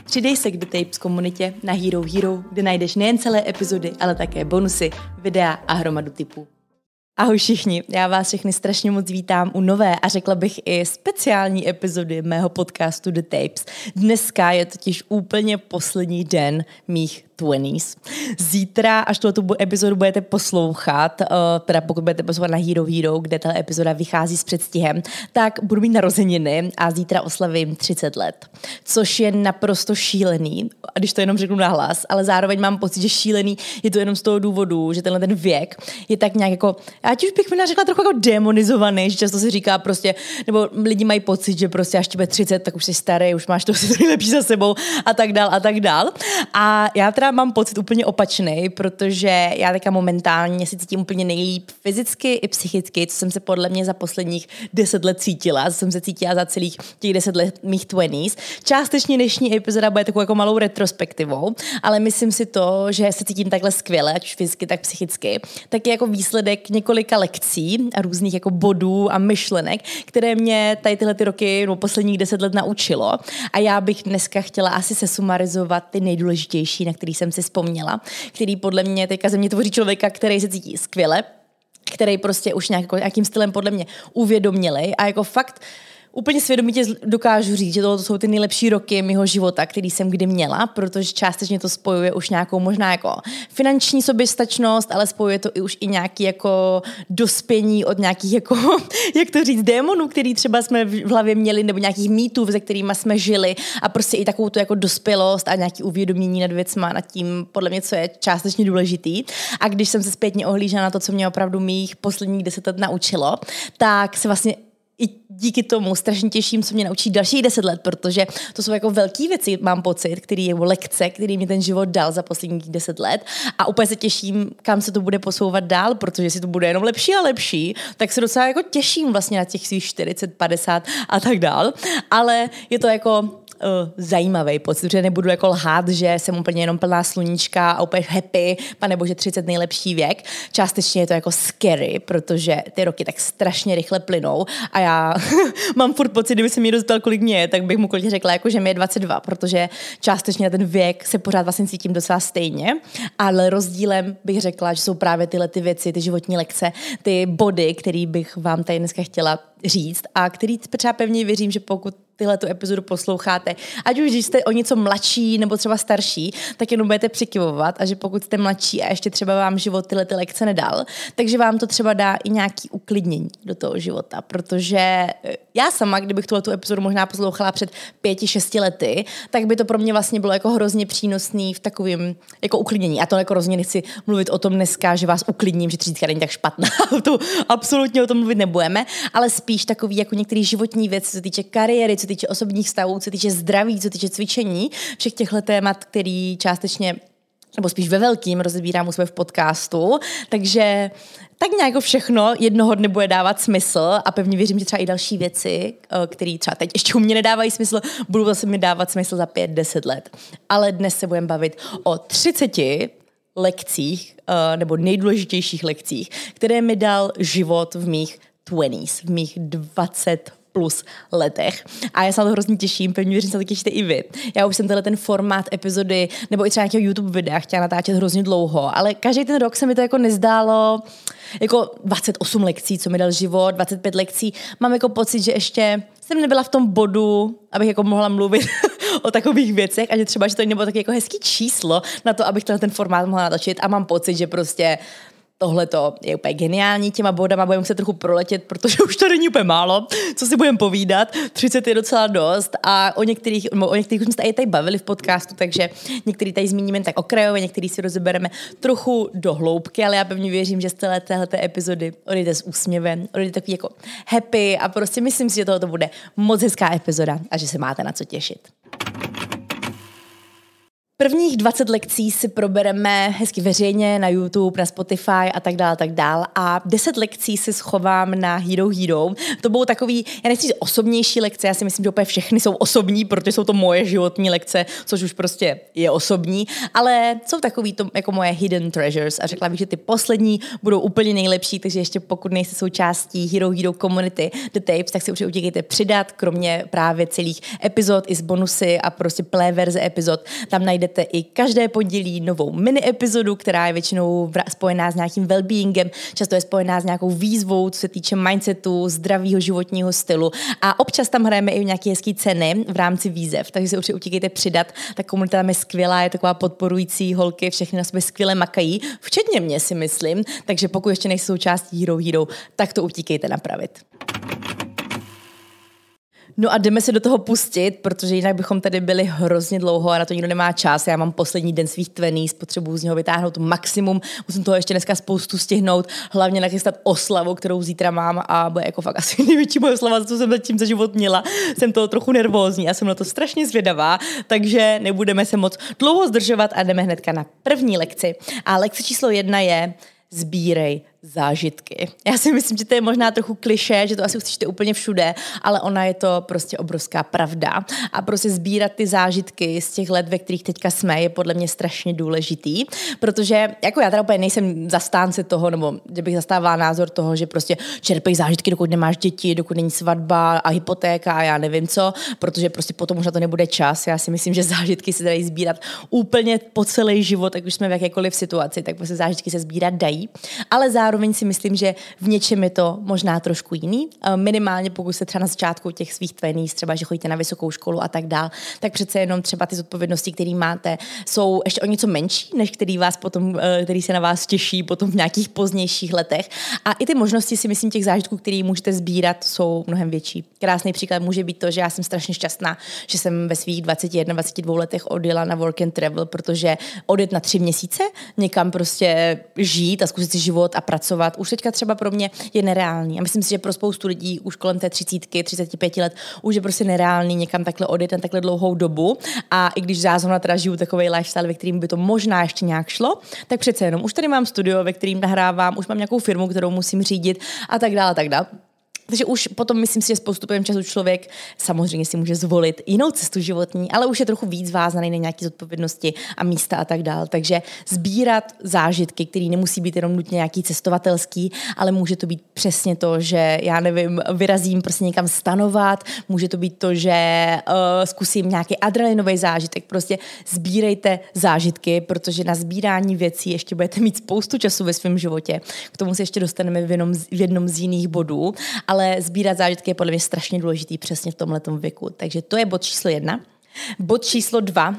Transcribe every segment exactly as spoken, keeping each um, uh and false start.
Přidej se k The Tapes komunitě na Hero Hero, kde najdeš nejen celé epizody, ale také bonusy, videa a hromadu tipů. Ahoj všichni, já vás všechny strašně moc vítám u nové a řekla bych i speciální epizody mého podcastu The Tapes. Dneska je totiž úplně poslední den mých dvacátých. Zítra, až tuto epizodu budete poslouchat, teda pokud budete poslouchat na Hero Hero, kde ta epizoda vychází s předstihem, tak budu mít narozeniny a zítra oslavím třicet let. Což je naprosto šílený, když to jenom řeknu nahlas, ale zároveň mám pocit, že šílený je to jenom z toho důvodu, že tenhle ten věk je tak nějak jako, ať už bych mi řekla trochu jako demonizovaný, že často se říká prostě, nebo lidi mají pocit, že prostě až ti bude třicet, tak už jsi starý, už máš to si nejlepší za sebou a tak dál a tak dál. A já teda mám pocit úplně opačný, protože já teďka momentálně si cítím úplně nejlíp fyzicky i psychicky, co jsem se podle mě za posledních deset let cítila, co jsem se cítila za celých těch deset let mých dvacátých. Částečně dnešní epizoda bude takovou jako malou retrospektivou, ale myslím si to, že se cítím takhle skvěle, ať už fyzicky, tak psychicky, tak je jako výsledek několika lekcí a různých jako bodů a myšlenek, které mě tady tyhle ty roky, no posledních deset let naučilo. A já bych dneska chtěla asi sesumarizovat ty nejdůležitější, na který jsem si vzpomněla, který podle mě teďka ze mě tvoří člověka, který se cítí skvěle, který prostě už nějak, nějakým stylem podle mě uvědomili a jako fakt úplně svědomitě dokážu říct, že to jsou ty nejlepší roky mého života, který jsem kdy měla, protože částečně to spojuje už nějakou možná jako finanční soběstačnost, ale spojuje to i už i nějaký jako dospění od nějakých jako, jak to říct, démonů, který třeba jsme v hlavě měli, nebo nějakých mýtů, se kterými jsme žili a prostě i takovou tu jako dospělost a nějaký uvědomění nad věcma, nad tím, podle mě, co je částečně důležitý. A když jsem se zpětně ohlížela na to, co mě opravdu mých posledních deset let naučilo, tak se vlastně i díky tomu strašně těším, co mě naučí dalších deset let, protože to jsou jako velký věci, mám pocit, který je lekce, který mi ten život dal za posledních deset let a úplně se těším, kam se to bude posouvat dál, protože si to bude jenom lepší a lepší, tak se docela jako těším vlastně na těch svých čtyřicet, padesát a tak dál, ale je to jako Uh, zajímavý pocit, protože nebudu jako lhát, že jsem úplně jenom plná sluníčka a úplně happy, panebože třicet nejlepší věk. Částečně je to jako scary, protože ty roky tak strašně rychle plynou a já mám furt pocit, kdyby se mi dostal, kolik mě je, tak bych mu klidně řekla, jako, že mi je dvacet dva, protože částečně na ten věk se pořád vlastně cítím docela stejně, ale rozdílem bych řekla, že jsou právě tyhle ty věci, ty životní lekce, ty body, který bych vám tady dneska chtěla říct a který třeba pevně věřím, že pokud tyhle tu epizodu posloucháte, ať už když jste o něco mladší nebo třeba starší, tak jenom budete přikyvovat a že pokud jste mladší a ještě třeba vám život tyhle ty lekce nedal, takže vám to třeba dá i nějaký uklidnění do toho života, protože já sama, kdybych tuhletu epizodu možná poslouchala před pěti, šesti lety, tak by to pro mě vlastně bylo jako hrozně přínosný v takovém jako uklidnění. A to jako hrozně nechci mluvit o tom dneska, že vás uklidním, že třicítka není tak špatná, to absolutně o tom mluvit nebudeme, ale spíš takový jako některé životní věci, co se týče kariéry, co týče osobních stavů, co se týče zdraví, co se týče cvičení, všech těchto témat, který částečně nebo spíš ve velkým rozebírám u sebe v podcastu, takže tak nějak všechno jednoho dne bude dávat smysl a pevně věřím, že třeba i další věci, které třeba teď ještě u mě nedávají smysl, budou zase mi dávat smysl za pět, deset let. Ale dnes se budeme bavit o třiceti lekcích nebo nejdůležitějších lekcích, které mi dal život v mých dvacátých, v mých dvacet plus letech. A já se na to hrozně těším, pevně věřím, že se to těšíte i vy. Já už jsem tenhle ten formát epizody nebo i třeba nějakého YouTube videa chtěla natáčet hrozně dlouho, ale každý ten rok se mi to jako nezdálo jako dvacet osm lekcí, co mi dal život, dvacet pět lekcí. Mám jako pocit, že ještě jsem nebyla v tom bodu, abych jako mohla mluvit o takových věcech a že třeba, že to nebylo taky jako hezký číslo na to, abych tenhle ten formát mohla natočit a mám pocit, že prostě tohle to je úplně geniální, těma bodama budeme muset trochu proletět, protože už to není úplně málo, co si budeme povídat, třicet je docela dost a o některých, o některých už jsme se tady, tady bavili v podcastu, takže některý tady zmíníme tak okrajově, některý si rozebereme trochu do hloubky, ale já pevně věřím, že z celé téhleté epizody odejdete s úsměvem, odejdete takový jako happy a prostě myslím si, že tohle bude moc hezká epizoda a že se máte na co těšit. Prvních dvacet lekcí si probereme hezky veřejně na YouTube, na Spotify a tak dále, tak dále. A deset lekcí si schovám na Hero Hero. To budou takový, já nechci říct osobnější lekce, já si myslím, že úplně všechny jsou osobní, protože jsou to moje životní lekce, což už prostě je osobní, ale jsou takový to jako moje hidden treasures a řekla bych, že ty poslední budou úplně nejlepší, takže ještě pokud nejste součástí Hero Hero community The Tapes, tak si určitě utěkejte přidat, kromě právě celých epizod i z bonusy a prostě play verze epizod, tam najdete i každé pondělí novou mini epizodu, která je většinou spojená s nějakým well-beingem, často je spojená s nějakou výzvou, co se týče mindsetu, zdravého životního stylu a občas tam hrajeme i nějaké hezké ceny v rámci výzev, takže si určitě utíkejte přidat. Ta komunita tam je skvělá, je taková podporující, holky všechny na sobě skvěle makají, včetně mě si myslím, takže pokud ještě nejste součástí Hero Hero, tak to utíkejte napravit. No a jdeme se do toho pustit, protože jinak bychom tady byli hrozně dlouho a na to nikdo nemá čas. Já mám poslední den svých twenties, potřebuji z něho vytáhnout maximum, musím toho ještě dneska spoustu stihnout, hlavně nachystat oslavu, kterou zítra mám a bude jako fakt asi největší moje oslava, co jsem zatím za život měla. Jsem toho trochu nervózní a jsem na to strašně zvědavá, takže nebudeme se moc dlouho zdržovat a jdeme hnedka na první lekci. A lekce číslo jedna je sbírej zážitky. Já si myslím, že to je možná trochu klišé, že to asi uslyšíte úplně všude, ale ona je to prostě obrovská pravda. A prostě sbírat ty zážitky z těch let, ve kterých teďka jsme, je podle mě strašně důležitý, protože jako já teda úplně nejsem zastánce toho, nebo že bych zastávala názor toho, že prostě čerpej zážitky, dokud nemáš děti, dokud není svatba a hypotéka a já nevím co, protože prostě potom už na to nebude čas. Já si myslím, že zážitky se dají sbírat úplně po celý život, tak už jsme v jakékoliv situaci, tak prostě zážitky se sbírat dají, ale zároveň si myslím, že v něčem je to možná trošku jiný. Minimálně pokud se třeba na začátku těch svých twenties, třeba že chodíte na vysokou školu a tak dál, tak přece jenom třeba ty zodpovědnosti, které máte, jsou ještě o něco menší, než který vás potom, který se na vás těší potom v nějakých pozdějších letech. A i ty možnosti si myslím těch zážitků, které můžete sbírat, jsou mnohem větší. Krásný příklad může být to, že já jsem strašně šťastná, že jsem ve svých dvaceti jedné, dvaceti dvou letech odjela na work and travel, protože odjet na tři měsíce někam prostě žít a zkusit si život a pracovat, už teďka třeba pro mě je nereálný. A myslím si, že pro spoustu lidí už kolem té třicítky, třicet pět let už je prostě nereálný někam takhle odjet na takhle dlouhou dobu. A i když já zrovna teda žiju takový lifestyle, ve kterým by to možná ještě nějak šlo, tak přece jenom už tady mám studio, ve kterým nahrávám, už mám nějakou firmu, kterou musím řídit a tak dále, a tak dále. Takže už potom myslím si, že s postupem času člověk samozřejmě si může zvolit jinou cestu životní, ale už je trochu víc vázaný na nějaké zodpovědnosti a místa a tak dál. Takže sbírat zážitky, které nemusí být jenom nutně nějaký cestovatelský, ale může to být přesně to, že já nevím, vyrazím prostě někam stanovat, může to být to, že uh, zkusím nějaký adrenalinový zážitek. Prostě sbírejte zážitky, protože na sbírání věcí ještě budete mít spoustu času ve svém životě. K tomu se ještě dostaneme v jednom, v jednom z jiných bodů, ale ale sbírat zážitky je podle mě strašně důležitý přesně v tomhletom věku. Takže to je bod číslo jedna. Bod číslo dva, uh,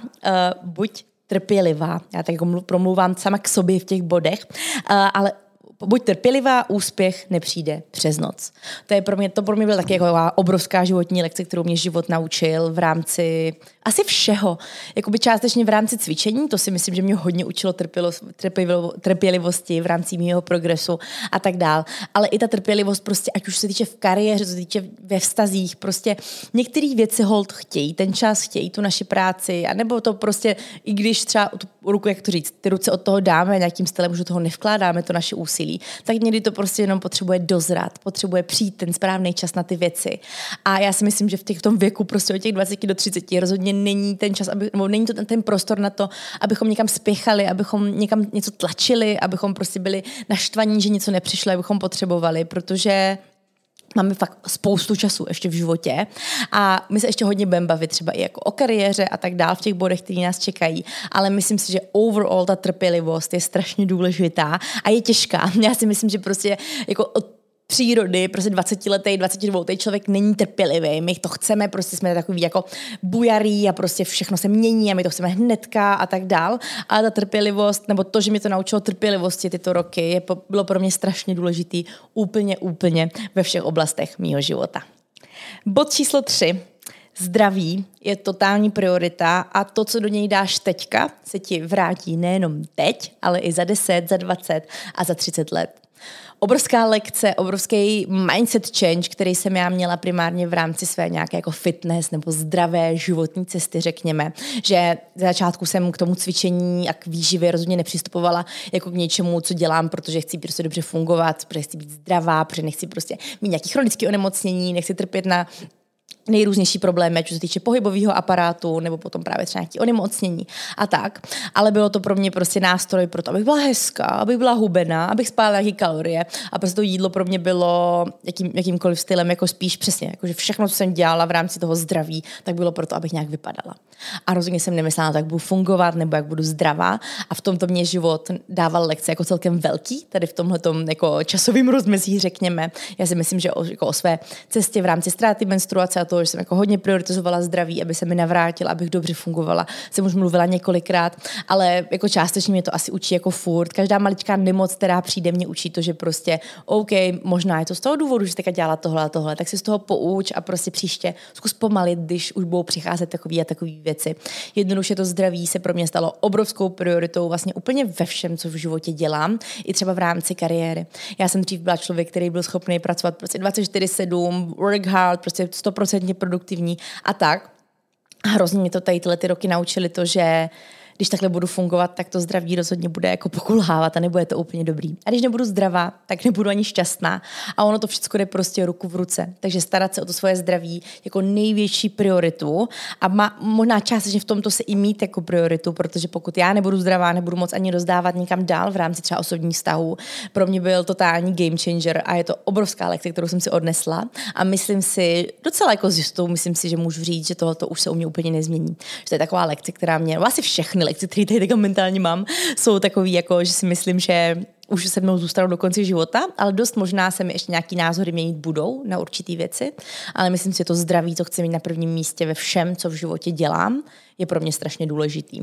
buď trpělivá. Já tak jako promluvám sama k sobě v těch bodech, uh, ale buď trpělivá, úspěch nepřijde přes noc. To je pro mě, to pro mě byla taky jako obrovská životní lekce, kterou mě život naučil v rámci asi všeho. Jakoby částečně v rámci cvičení, to si myslím, že mě hodně učilo trpělivosti v rámci mého progresu a tak dál. Ale i ta trpělivost prostě, ať už se týče v kariéře, co se týče ve vztazích, prostě některé věci hold chtějí, ten čas chtějí, tu naši práci, anebo to prostě, i když třeba tu ruku, jak to říct, ty ruce od toho dáme nějakým stylem, že do toho nevkládáme to naše úsilí, tak někdy to prostě jenom potřebuje dozrat, potřebuje přijít ten správný čas na ty věci. A já si myslím, že v, těch, v tom věku prostě od těch dvaceti do třiceti rozhodně není ten čas, aby, nebo není to ten, ten prostor na to, abychom někam spěchali, abychom někam něco tlačili, abychom prostě byli naštvaní, že něco nepřišlo, abychom potřebovali, protože máme fakt spoustu času ještě v životě a my se ještě hodně budeme bavit třeba i jako o kariéře a tak dál v těch bodech, které nás čekají, ale myslím si, že overall ta trpělivost je strašně důležitá a je těžká. Já si myslím, že prostě jako od přírody, prostě dvacetiletý, dvacetidvouletý člověk není trpělivý. My to chceme, prostě jsme takový jako bujarý a prostě všechno se mění a my to chceme hnedka a tak dál. Ale ta trpělivost, nebo to, že mě to naučilo trpělivosti tyto roky, je, bylo pro mě strašně důležitý úplně, úplně ve všech oblastech mýho života. Bod číslo tři. Zdraví je totální priorita a to, co do něj dáš teďka, se ti vrátí nejenom teď, ale i za deset, za dvacet a za třicet let. Obrovská lekce, obrovský mindset change, který jsem já měla primárně v rámci své nějaké jako fitness nebo zdravé životní cesty, řekněme, že za začátku jsem k tomu cvičení a k výživě rozhodně nepřistupovala jako k něčemu, co dělám, protože chci prostě dobře fungovat, protože chci být zdravá, protože nechci prostě mít nějaký chronické onemocnění, nechci trpět na nejrůznější problémy, co se týče pohybového aparátu nebo potom právě třeba nějaké onemocnění a tak. Ale bylo to pro mě prostě nástroj pro to, abych byla hezká, abych byla hubená, abych spálila nějaké kalorie a prostě to jídlo pro mě bylo jakým, jakýmkoliv stylem jako spíš přesně, jakože všechno, co jsem dělala v rámci toho zdraví, tak bylo proto, abych nějak vypadala. A rozhodně jsem nemyslela, jak budu fungovat nebo jak budu zdravá a v tomto mě život dával lekce jako celkem velký, tady v tomhletom jako časovým rozmezí, řekněme. Já si myslím, že o, jako o své cestě v rámci ztráty menstruace a toho, že jsem jako hodně prioritizovala zdraví, aby se mi navrátila, abych dobře fungovala. Jsem už mluvila několikrát, ale jako částečně mě to asi učí jako furt. Každá maličká nemoc, která přijde, mě učí to, že prostě OK, možná je to z toho důvodu, že teďka dělala tohle a tohle, tak si z toho pouč a prostě příště zkus pomalit, když už budou přicházet takový a takový věci. Jednoduše to zdraví se pro mě stalo obrovskou prioritou vlastně úplně ve všem, co v životě dělám, i třeba v rámci kariéry. Já jsem dřív byla člověk, který byl schopný pracovat prostě dvacet čtyři sedm, work hard, prostě sto procent produktivní a tak. A hrozně mě to tady tyhle ty roky naučili to, že když takhle budu fungovat, tak to zdraví rozhodně bude jako pokulhávat a nebude to úplně dobrý. A když nebudu zdravá, tak nebudu ani šťastná. A ono to všechno jde prostě ruku v ruce. Takže starat se o to svoje zdraví jako největší prioritu a má, možná částečně v tomto se i mít jako prioritu, protože pokud já nebudu zdravá, nebudu moc ani rozdávat nikam dál v rámci třeba osobních vztahů. Pro mě byl totální game changer a je to obrovská lekce, kterou jsem si odnesla a myslím si, docela jako s jistou, myslím si, že můžu říct, že tohle už se u mě úplně nezmění. Že to je taková lekce, která mě, no asi všechny lekce, které tady mentálně mám, jsou takový, jako, že si myslím, že už se mnou zůstanou do konce života, ale dost možná se mi ještě nějaký názory měnit budou na určitý věci, ale myslím si, že to zdraví, co chci mít na prvním místě ve všem, co v životě dělám, je pro mě strašně důležitý.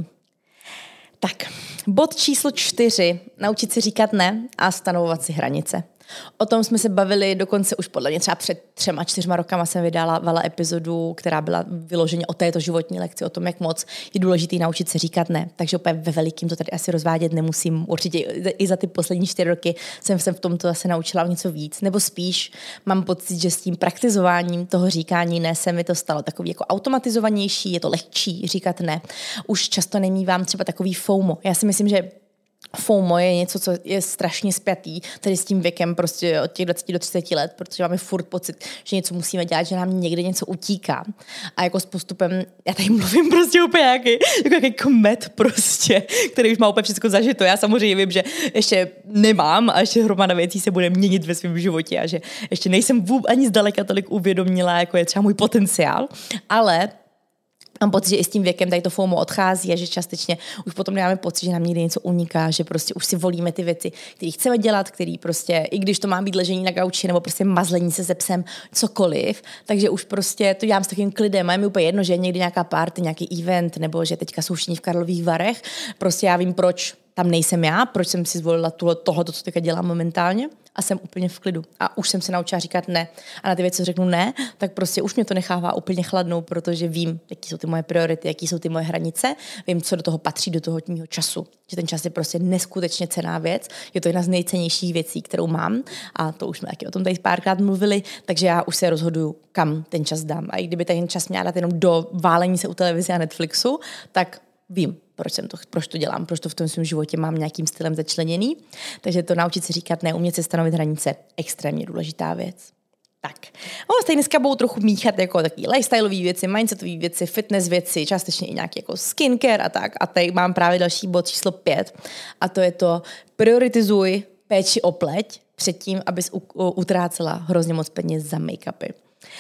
Tak, bod číslo čtyři. Naučit si říkat ne a stanovovat si hranice. O tom jsme se bavili dokonce už podle mě třeba před třema, čtyřma rokama jsem vydávala epizodu, která byla vyloženě o této životní lekci, o tom, jak moc je důležitý naučit se říkat ne. Takže úplně ve velikým to tady asi rozvádět nemusím. Určitě i za ty poslední čtyři roky jsem se v tomto zase naučila o něco víc. Nebo spíš mám pocit, že s tím praktizováním toho říkání ne se mi to stalo takový jako automatizovanější, je to lehčí říkat ne. Už často nemívám třeba takový FOMO. Já si myslím, že FOMO je něco, co je strašně spjatý tady s tím věkem prostě od těch dvaceti do třiceti let, protože máme furt pocit, že něco musíme dělat, že nám někde něco utíká. A jako s postupem, já tady mluvím prostě úplně nějaký, jako nějaký kmet prostě, který už má úplně všechno zažito. Já samozřejmě vím, že ještě nemám a ještě hromada věcí se bude měnit ve svém životě a že ještě nejsem vůbec ani zdaleka tolik uvědomila, jako je třeba můj potenciál, ale mám pocit, že i s tím věkem tady to FOMO odchází a že částečně už potom nemáme pocit, že nám někde něco uniká, že prostě už si volíme ty věci, které chceme dělat, které prostě, i když to má být ležení na gauči nebo prostě mazlení se se psem, cokoliv, takže už prostě to dělám s takovým klidem. A je mi úplně jedno, že je někdy nějaká party, nějaký event, nebo že teďka jsou všichni v Karlových Varech. Prostě já vím, proč tam nejsem já, proč jsem si zvolila tohle, co teďka dělám momentálně. A jsem úplně v klidu. A už jsem se naučila říkat ne. A na ty věci, co řeknu ne, tak prostě už mě to nechává úplně chladnou, protože vím, jaký jsou ty moje priority, jaký jsou ty moje hranice, vím, co do toho patří, do toho mýho času. Že ten čas je prostě neskutečně cenná věc. Je to jedna z nejcennějších věcí, kterou mám. A to už jsme taky o tom tady párkrát mluvili, takže já už se rozhoduju, kam ten čas dám. A i kdyby ten čas měla dát jenom do válení se u televize a Netflixu, tak vím, proč, jsem to, proč to dělám, proč to v tom svém životě mám nějakým stylem začleněný. Takže to naučit se říkat ne, umět se stanovit hranice, extrémně důležitá věc. Tak, ono se dneska budou trochu míchat jako taky lifestyleové věci, mindsetové věci, fitness věci, částečně i nějaký jako skincare a tak. A tady mám právě další bod číslo pět a to je to prioritizuj péči o pleť předtím, abys utrácela hrozně moc peněz za make-upy.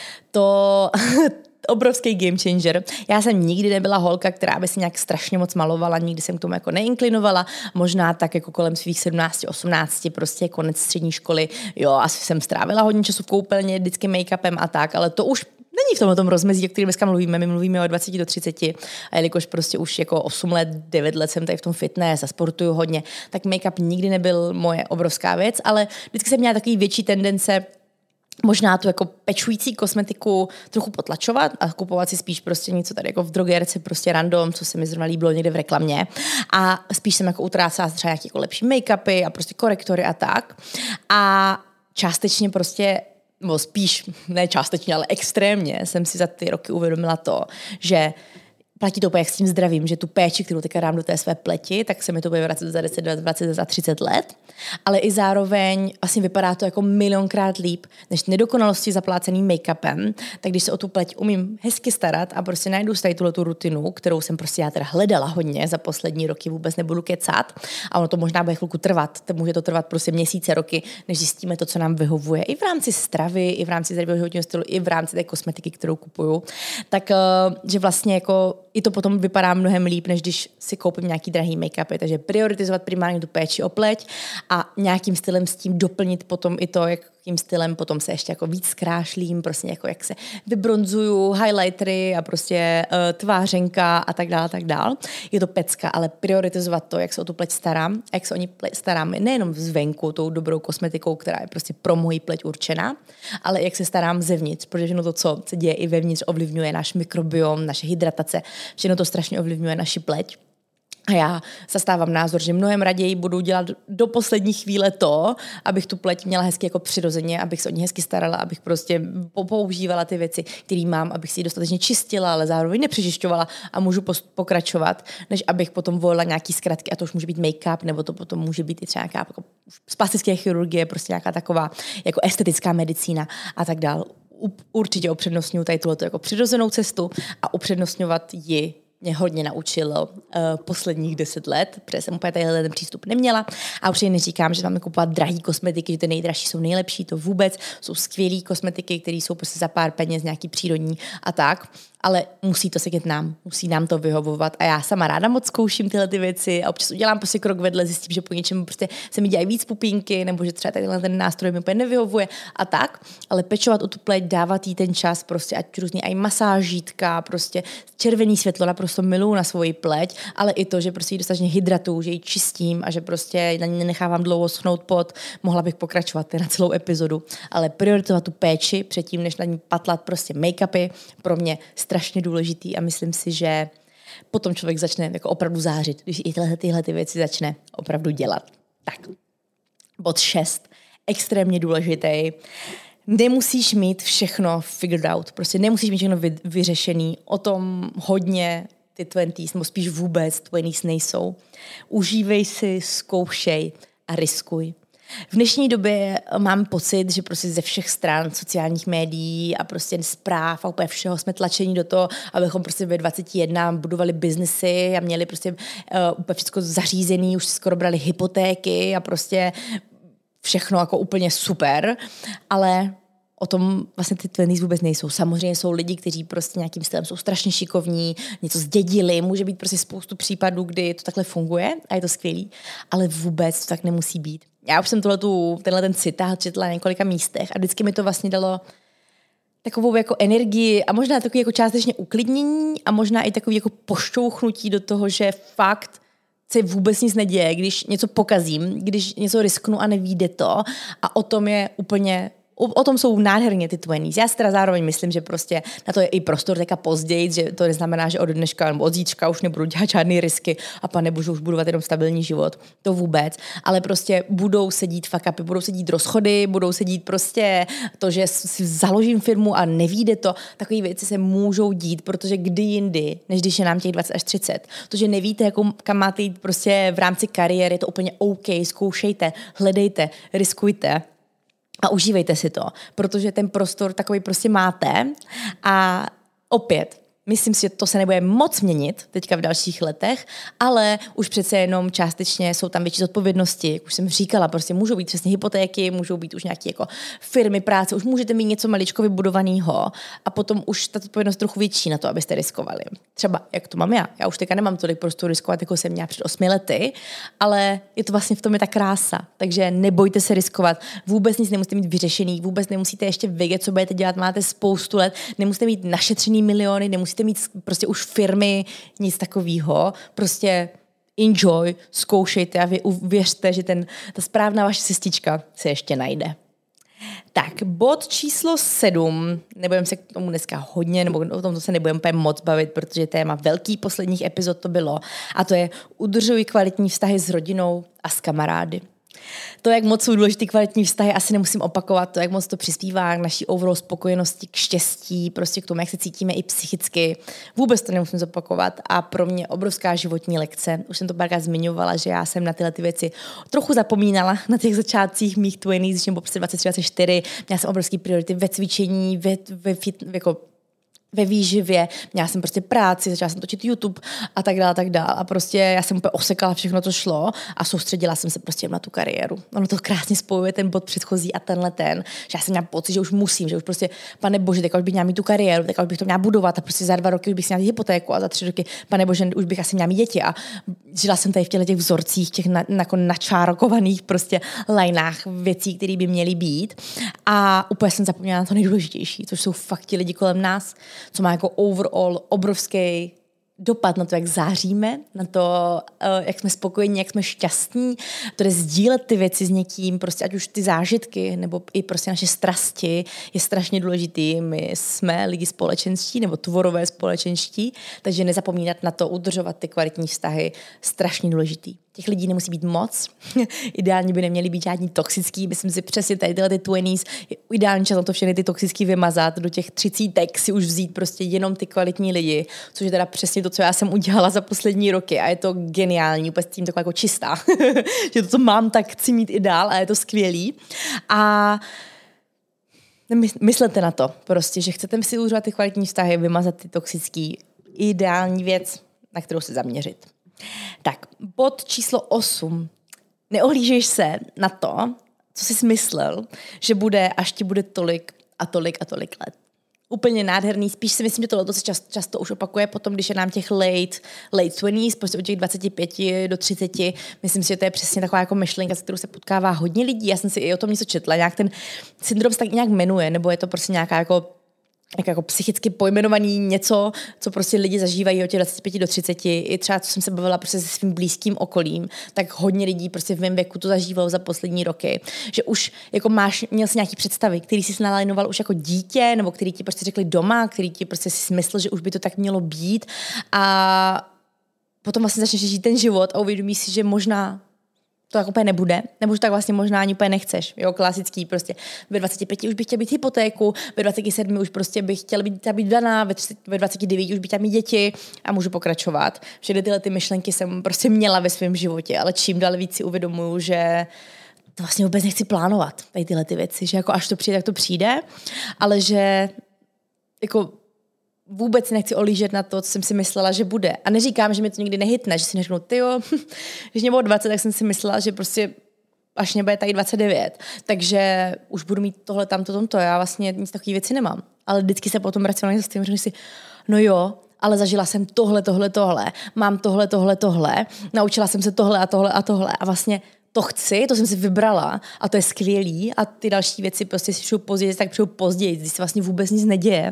To... obrovský game changer. Já jsem nikdy nebyla holka, která by si nějak strašně moc malovala, nikdy jsem k tomu jako neinklinovala, možná tak jako kolem svých sedmnáct osmnáct, prostě konec střední školy, jo, asi jsem strávila hodně času v koupelně, vždycky make-upem a tak, ale to už není v tomhle tom rozmezí, o kterém dneska mluvíme, my mluvíme o dvaceti do třiceti a jelikož prostě už jako osm let, devět let jsem tady v tom fitness a sportuju hodně, tak make-up nikdy nebyl moje obrovská věc, ale vždycky jsem měla takový větší tendence možná tu jako pečující kosmetiku trochu potlačovat a kupovat si spíš prostě něco tady jako v drogerce, prostě random, co se mi zrovna líbilo někde v reklamě. A spíš jsem jako utrácela třeba nějaké jako lepší make-upy a prostě korektory a tak. A částečně prostě, nebo spíš, ne částečně, ale extrémně jsem si za ty roky uvědomila to, že platí to úplně jak s tím zdravím, že tu péči, kterou teďka dám do té své pleti, tak se mi to bude vracet za deset, dvacet, za třicet let. Ale i zároveň vlastně vypadá to jako milionkrát líp, než nedokonalosti zapláceným make-upem. Tak když se o tu pleť umím hezky starat a prostě najdu si tady tu rutinu, kterou jsem prostě já teda hledala hodně za poslední roky, vůbec nebudu kecat. A ono to možná bude chvilku trvat. To může to trvat prostě měsíce, roky, než zjistíme to, co nám vyhovuje. I v rámci stravy, i v rámci zdravého životního stylu, i v rámci té kosmetiky, kterou kupuju. Tak že vlastně jako i to potom vypadá mnohem líp, než když si koupím nějaký drahý make-upy. Takže prioritizovat primárně tu péči o pleť a nějakým stylem s tím doplnit potom i to, jakým stylem potom se ještě jako víc zkrášlím, prostě jako jak se vybronzuju, highlightery a prostě uh, tvářenka a tak dále, a tak dále. Je to pecka, ale prioritizovat to, jak se o tu pleť starám, a jak se o ní pleť starám nejenom zvenku, tou dobrou kosmetikou, která je prostě pro moji pleť určená, ale jak se starám zevnitř, protože no to, co se děje i vevnitř, ovlivňuje náš mikrobiom, naše hydratace, všechno to strašně ovlivňuje naši pleť. A já zastávám názor, že mnohem raději budu dělat do poslední chvíle to, abych tu pleť měla hezky jako přirozeně, abych se o ní hezky starala, abych prostě používala ty věci, které mám, abych si ji dostatečně čistila, ale zároveň nepřečišťovala a můžu pokračovat, než abych potom volila nějaký zkratky, a to už může být make-up, nebo to potom může být i třeba nějaká jako z plastické chirurgie, prostě nějaká taková jako estetická medicína a tak dál. Určitě upřednostňuji tady tuhleto jako přirozenou cestu a upřednostňovat ji mě hodně naučilo uh, posledních deset let, protože jsem úplně tady ten přístup neměla. A určitě neříkám, že máme kupovat drahý kosmetiky, že ty nejdražší jsou nejlepší, to vůbec. Jsou skvělý kosmetiky, které jsou prostě za pár peněz, nějaký přírodní a tak. Ale musí to sedět nám, musí nám to vyhovovat. A já sama ráda moc zkouším tyhle ty věci a občas udělám prostě krok vedle, zjistím, že po něčem prostě se mi dělají víc pupínky, nebo že třeba tenhle ten nástroj mi úplně nevyhovuje a tak. Ale pečovat o tu pleť, dávat jí ten čas, prostě ať různě aj masážítka, prostě červený světlo naprosto miluju na svoji pleť, ale i to, že prostě jí dostatečně hydratuju, že ji čistím a že prostě na ní nenechávám dlouho schnout pot. Mohla bych pokračovat na celou epizodu, ale prioritovat tu péči předtím, než na ní patlat prostě make-upy, pro mě strašně důležitý a myslím si, že potom člověk začne jako opravdu zářit, když i tyhle, tyhle ty věci začne opravdu dělat. Tak, bod šest, extrémně důležitý. Nemusíš mít všechno figured out, prostě nemusíš mít všechno vy, vyřešený, o tom hodně ty dvacátky, nebo spíš vůbec dvacátky nejsou. Užívej si, zkoušej a riskuj. V dnešní době mám pocit, že prostě ze všech stran sociálních médií a prostě zpráv a úplně všeho jsme tlačení do toho, abychom prostě ve dvacet jedna budovali biznesy a měli prostě uh, úplně všechno zařízený, už skoro brali hypotéky a prostě všechno jako úplně super, ale o tom vlastně ty dvacátky vůbec nejsou. Samozřejmě jsou lidi, kteří prostě nějakým stylem jsou strašně šikovní, něco zdědili, může být prostě spoustu případů, kdy to takhle funguje a je to skvělý, ale vůbec to tak nemusí být. Já už jsem tuhletu, tenhle ten citát četla na několika místech a vždycky mi to vlastně dalo takovou jako energii a možná takový jako částečně uklidnění a možná i takový jako pošťouchnutí do toho, že fakt se vůbec nic neděje, když něco pokazím, když něco risknu a nevíde to a o tom je úplně O tom jsou nádherně ty dvacátky. Já si teda zároveň myslím, že prostě na to je i prostor teďka později, že to neznamená, že od dneška nebo od zítřka už nebudu dělat žádný risky a pane bože, už budovat jenom stabilní život. To vůbec. Ale prostě budou sedít fuck upy, budou sedít rozchody, budou sedít prostě to, že si založím firmu a nevíde to. Takové věci se můžou dít, protože kdy jindy, než když je nám těch dvacet až třicet. To, že nevíte, jako, kam máte jít prostě v rámci kariéry, je to úplně OK, zkoušejte, hledejte, riskujte. A užívejte si to, protože ten prostor takový prostě máte a opět, myslím si, že to se nebude moc měnit teďka v dalších letech, ale už přece jenom částečně jsou tam větší zodpovědnosti, jak už jsem říkala, prostě můžou být přesně hypotéky, můžou být už nějaké jako firmy, práce, už můžete mít něco maličko vybudovaného a potom už ta zodpovědnost trochu větší na to, abyste riskovali. Třeba jak to mám já. Já už teďka nemám tolik prostoru riskovat, jako jsem měla před osmi lety, ale je to vlastně v tom je ta krása. Takže nebojte se riskovat. Vůbec nic nemusíte mít vyřešený, vůbec nemusíte ještě vědět, co budete dělat, máte spoustu let, nemusíte mít našetřený miliony, nemusíte mít prostě už firmy, nic takového. Prostě enjoy, zkoušejte a vy uvěřte, že ten, ta správná vaše cestička se ještě najde. Tak, bod číslo sedm, nebudeme se k tomu dneska hodně, nebo o tom se nebudeme úplně moc bavit, protože téma velký posledních epizod to bylo. A to je udržuj kvalitní vztahy s rodinou a s kamarády. To, jak moc jsou důležitý kvalitní vztahy, asi nemusím opakovat, to, jak moc to přispívá k naší overall spokojenosti, k štěstí, prostě k tomu, jak se cítíme i psychicky. Vůbec to nemusím zopakovat a pro mě obrovská životní lekce. Už jsem to párkrát zmiňovala, že já jsem na tyhle ty věci trochu zapomínala na těch začátcích mých dvacátých, když jsem bylo prostě dvacet tři dvacet čtyři. Měla jsem obrovský priority ve cvičení, ve, ve fit, jako ve výživě, měla jsem prostě práci, začala jsem točit YouTube a tak dále, tak dále. A prostě já jsem úplně osekala všechno, co šlo a soustředila jsem se prostě na tu kariéru. Ono to krásně spojuje ten bod předchozí a tenhle ten, že já jsem měla pocit, že už musím, že už prostě, pane bože, teď už bych měla mít tu kariéru, teď už bych to měla budovat a prostě za dva roky už bych si měla hypotéku a za tři roky, pane bože, už bych asi měla mít děti a žila jsem tady v těchto těch vzorcích, těch na, na, načárokovaných prostě lineách věcí, které by měly být a úplně jsem zapomněla na to nejdůležitější, což jsou fakt ti lidi kolem nás, co má jako overall obrovský dopad na to, jak záříme, na to, jak jsme spokojení, jak jsme šťastní, to je sdílet ty věci s někým, prostě ať už ty zážitky, nebo i prostě naše strasti je strašně důležitý. My jsme lidi společenští, nebo tvorové společenští, takže nezapomínat na to, udržovat ty kvalitní vztahy, strašně důležitý. Těch lidí nemusí být moc. Ideálně by neměli být žádní toxický. Myslím si přesně tady tyhle ty dvacátky, je ideální čas na to všechny ty toxický vymazat, do těch třicítek si už vzít prostě jenom ty kvalitní lidi, což je teda přesně to, co já jsem udělala za poslední roky a je to geniální, úplně s tím taková jako čistá. Že to, co mám, tak chci mít i dál a je to skvělý. A myslete na to prostě, že chcete si udržovat ty kvalitní vztahy, vymazat ty toxický, ideální věc, na kterou se zaměřit. Tak, bod číslo osm. Neohlížeš se na to, co jsi myslel, že bude, až ti bude tolik a tolik a tolik let. Úplně nádherný. Spíš si myslím, že tohle se často, často už opakuje potom, když je nám těch late, late dvacet, prostě od těch dvacet pět do třicet. Myslím si, že to je přesně taková jako myšlenka, s kterou se potkává hodně lidí. Já jsem si i o tom něco četla. Nějak ten syndrom se tak nějak jmenuje, nebo je to prostě nějaká jako Jak jako psychicky pojmenovaný něco, co prostě lidi zažívají od těch dvacet pět do třicet. I třeba, co jsem se bavila prostě se svým blízkým okolím, tak hodně lidí prostě v mém věku to zažívalo za poslední roky. Že už jako máš, měl jsi nějaký představy, který jsi nalajnoval už jako dítě, nebo který ti prostě řekli doma, který ti prostě si myslel, že už by to tak mělo být. A potom vlastně začneš žít ten život a uvědomíš si, že možná to tak úplně nebude, nebo že tak vlastně možná ani úplně nechceš. Jo, klasický prostě. Ve dvaceti pěti už bych chtěl být hypotéku, ve dvaceti sedmi už prostě bych chtěla být, chtěla být daná, ve, ve dvaceti devíti už bych chtěla mít děti a můžu pokračovat. Všechny tyhle ty myšlenky jsem prostě měla ve svém životě, ale čím dál víc si uvědomuju, že to vlastně vůbec nechci plánovat, tady tyhle ty věci, že jako až to přijde, tak to přijde, ale že jako vůbec nechci olížet na to, co jsem si myslela, že bude. A neříkám, že mi to nikdy nehytne, že si neřeknu, tyjo, když mě bylo dvacet, tak jsem si myslela, že prostě až mě bude tady dvacet devět. Takže už budu mít tohle, tamto, tomto. Já vlastně nic takové věci nemám. Ale vždycky se potom racionálně zastavím, řeknu si, no jo, ale zažila jsem tohle, tohle, tohle, mám tohle, tohle, tohle, naučila jsem se tohle a tohle a tohle. A vlastně to chci, to jsem si vybrala a to je skvělý a ty další věci prostě si přijdu později, tak přijdu později, když se vlastně vůbec nic neděje.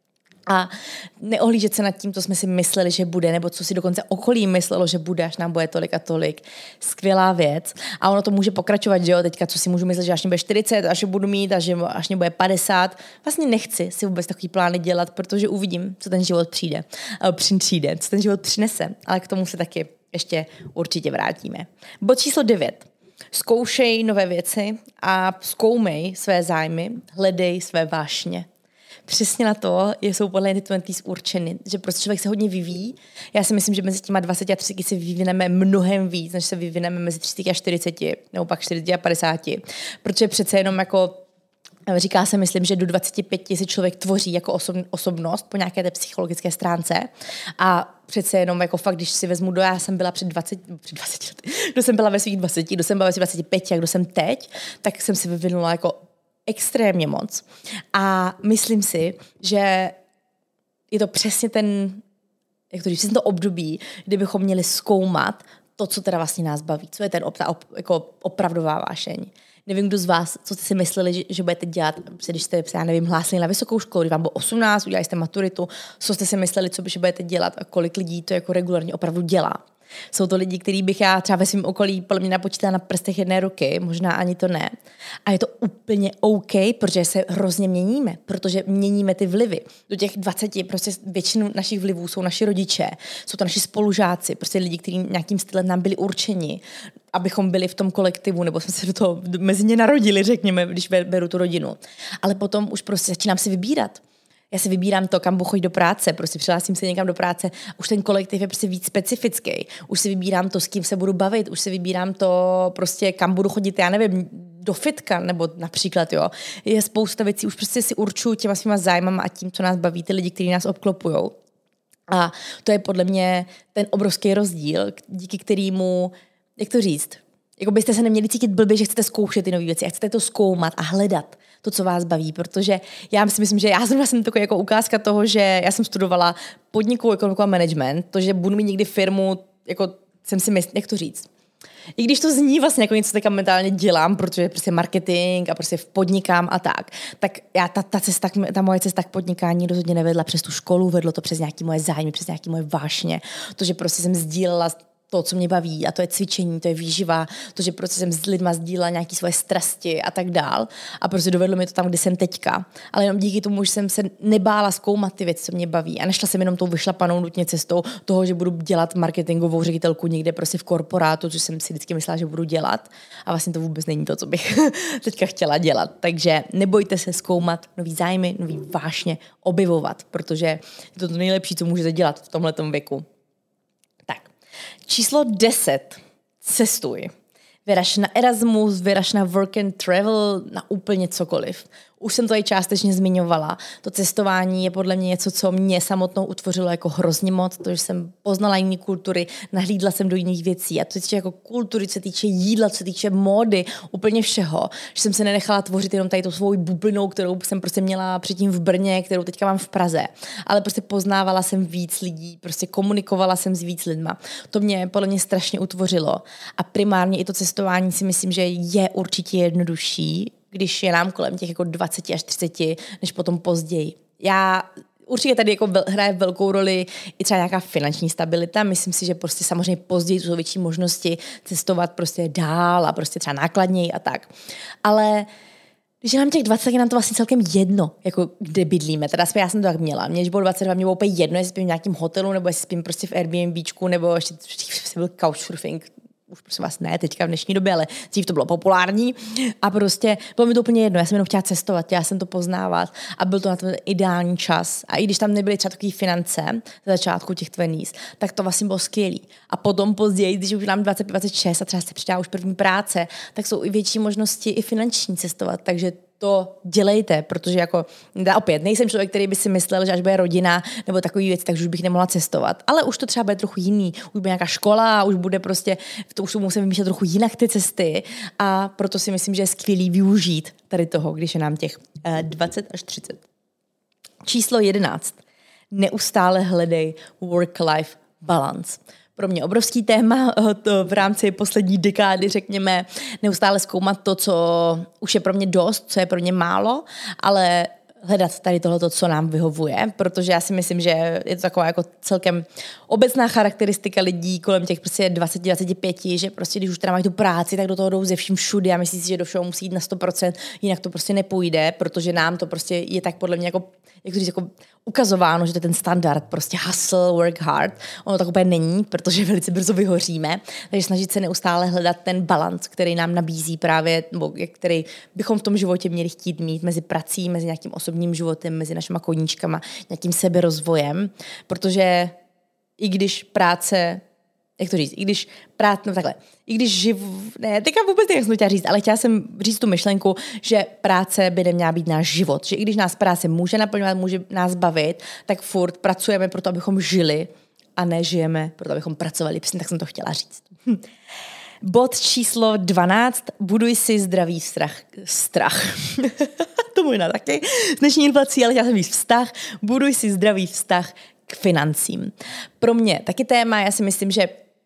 A neohlížet se nad tím, co jsme si mysleli, že bude, nebo co si dokonce okolí myslelo, že bude, až nám bude tolik a tolik. Skvělá věc. A ono to může pokračovat, že jo, teďka, co si můžu myslet, že až mě bude čtyřicet, až je budu mít, až, je, až mě bude padesát. Vlastně nechci si vůbec takový plány dělat, protože uvidím, co ten život přijde, přijde, co ten život přinese. Ale k tomu se taky ještě určitě vrátíme. Bod číslo devět. Zkoušej nové věci a zkoumej své zájmy, hledej své vášně. Přesně na to jsou podle mě ty dvacátky určeny, že prostě člověk se hodně vyvíjí. Já si myslím, že mezi těma dvaceti a třiceti se vyvineme mnohem víc, než se vyvineme mezi třiceti a čtyřiceti, nebo pak čtyřiceti a padesáti. Protože přece jenom jako říká se, myslím, že do dvaceti pěti si člověk tvoří jako osob, osobnost po nějaké té psychologické stránce a přece jenom jako fakt, když si vezmu do, já jsem byla před dvaceti, před dvaceti lety, kdo jsem byla ve svých dvaceti, kdo jsem byla ve svých dvaceti pěti a kdo jsem teď, tak jsem si vyvinula jako extrémně moc. A myslím si, že je to přesně ten, jak to říct, přesně to období, kdy bychom měli zkoumat to, co teda vlastně nás baví, co je ten op, op, jako opravdová vášeň. Nevím, kdo z vás, co jste si mysleli, že, že budete dělat, když jste, já nevím, hlásili na vysokou školu, když vám bylo osmnáct, udělali jste maturitu, co jste si mysleli, co by, že budete dělat a kolik lidí to jako regulárně opravdu dělá. Jsou to lidi, který bych já třeba ve svém okolí podle mě napočítala na prstech jedné ruky, možná ani to ne. A je to úplně OK, protože se hrozně měníme, protože měníme ty vlivy. Do těch dvaceti prostě většinu našich vlivů jsou naši rodiče, jsou to naši spolužáci, prostě lidi, kteří nějakým stylem nám byli určeni, abychom byli v tom kolektivu, nebo jsme se do toho mezi ně narodili, řekněme, když beru tu rodinu. Ale potom už prostě začínám si vybírat. Já si vybírám to, kam budu chodit do práce, prostě přihlásím se někam do práce, už ten kolektiv je prostě víc specifický. Už si vybírám to, s kým se budu bavit, už si vybírám to, prostě kam budu chodit, já nevím, do fitka, nebo například, jo. Je spousta věcí, už prostě si určuju těma svýma zájmama a tím, co nás baví, ty lidi, kteří nás obklopujou. A to je podle mě ten obrovský rozdíl, díky kterému, jak to říct, jako byste se neměli cítit blbě, že chcete zkoušet ty nové věci a chcete to zkoumat a hledat to, co vás baví, protože já si myslím, že já jsem vlastně takový jako ukázka toho, že já jsem studovala podnikovou ekonomiku a management, to, že budu mít někdy firmu, jako jsem si myslela, jak to říct. I když to zní vlastně jako něco, co teďka mentálně dělám, protože prostě marketing a prostě podnikám a tak, tak já ta, ta, cesta, ta moje cesta k podnikání rozhodně nevedla přes tu školu, vedlo to přes nějaké moje zájmy, přes nějaké moje vášně, to, že prostě jsem sdílela to, co mě baví, a to je cvičení, to je výživa, to, že prostě jsem s lidma sdílela nějaké svoje strasti a tak dál. A prostě dovedlo mi to tam, kde jsem teďka. Ale jenom díky tomu, že jsem se nebála zkoumat ty věci, co mě baví. A nešla jsem jenom tou vyšlapanou nutně cestou toho, že budu dělat marketingovou ředitelku někde prostě v korporátu, což jsem si vždycky myslela, že budu dělat. A vlastně to vůbec není to, co bych teďka chtěla dělat. Takže nebojte se zkoumat nový zájmy, nový vášně, objevovat, protože je to to nejlepší, co můžete dělat v tomhletom věku. Číslo deset. Cestuj. Vyraž na Erasmus, vyraž na work and travel, na úplně cokoliv. Už jsem to i částečně zmiňovala. To cestování je podle mě něco, co mě samotnou utvořilo jako hrozně moc, to, že jsem poznala jiné kultury, nahlídla jsem do jiných věcí. A to se týče jako kultury, co se týče jídla, co se týče módy, úplně všeho. Že jsem se nenechala tvořit jenom tady tou svou bublinou, kterou jsem prostě měla předtím v Brně, kterou teďka mám v Praze. Ale prostě poznávala jsem víc lidí, prostě komunikovala jsem s víc lidma. To mě podle mě strašně utvořilo. A primárně i to cestování si myslím, že je určitě jednodušší, když je nám kolem těch jako dvacet až třicet, než potom později. Já určitě tady jako hraje velkou roli i třeba nějaká finanční stabilita. Myslím si, že prostě samozřejmě později jsou větší možnosti cestovat prostě dál a prostě třeba nákladněji a tak. Ale když je nám těch dvacet, je nám to vlastně celkem jedno, jako kde bydlíme. Teda já jsem to tak měla. Mně, když bylo dvacet dva, mě bylo úplně jedno, jestli spím v nějakém hotelu, nebo jestli spím prostě v Airbnbčku, nebo ještě byl couchsurfing. Už prosím vás ne, teďka v dnešní době, ale dřív to bylo populární a prostě bylo mi to úplně jedno, já jsem jenom chtěla cestovat, já jsem to poznávat a byl to na to ideální čas. A i když tam nebyly třeba takové finance za začátku těch twenties, tak to vlastně bylo skvělý. A potom později, když už nám dvacet pět dvacet šest a třeba se přidá už první práce, tak jsou i větší možnosti i finanční cestovat, takže to dělejte, protože jako, opět, nejsem člověk, který by si myslel, že až bude rodina nebo takový věc, takže už bych nemohla cestovat. Ale už to třeba bude trochu jiný. Už bude nějaká škola, už bude prostě, to už musím vymýšlet trochu jinak ty cesty a proto si myslím, že je skvělý využít tady toho, když je nám těch eh, dvacet až třicet. Číslo jedenáct. Neustále hledej work-life balance. Pro mě obrovský téma to v rámci poslední dekády, řekněme, neustále zkoumat to, co už je pro mě dost, co je pro mě málo, ale hledat tady tohleto, co nám vyhovuje, protože já si myslím, že je to taková jako celkem obecná charakteristika lidí kolem těch prostě dvacet dvacet pět, že prostě když už teda mají tu práci, tak do toho jdou ze vším všude a myslí si, že do všeho musí jít na sto procent, jinak to prostě nepůjde, protože nám to prostě je tak podle mě jako, jak to říct, jako ukazováno, že to je ten standard, prostě hustle, work hard. Ono tak úplně není, protože velice brzo vyhoříme, takže snažit se neustále hledat ten balans, který nám nabízí právě, nebo který bychom v tom životě měli chtít mít mezi prací, mezi nějakým osobním životem, mezi našima koníčkama, nějakým seberozvojem, protože i když práce, jak to říct, i když práce, no takhle, i když živ, ne, teďka vůbec nevím, jak jsem to chtěla říct, ale chtěla jsem říct tu myšlenku, že práce by neměla být náš život, že i když nás práce může naplňovat, může nás bavit, tak furt pracujeme proto, abychom žili a nežijeme proto, abychom pracovali, přesně tak jsem to chtěla říct. Hm. Bod číslo dvanáct. Buduj si zdravý strach. Strach. To možná taky. S dnešní inflací, ale já jsem víc vztah. Buduj si zdravý vztah k financím. Pro mě taky téma, já si myslím, že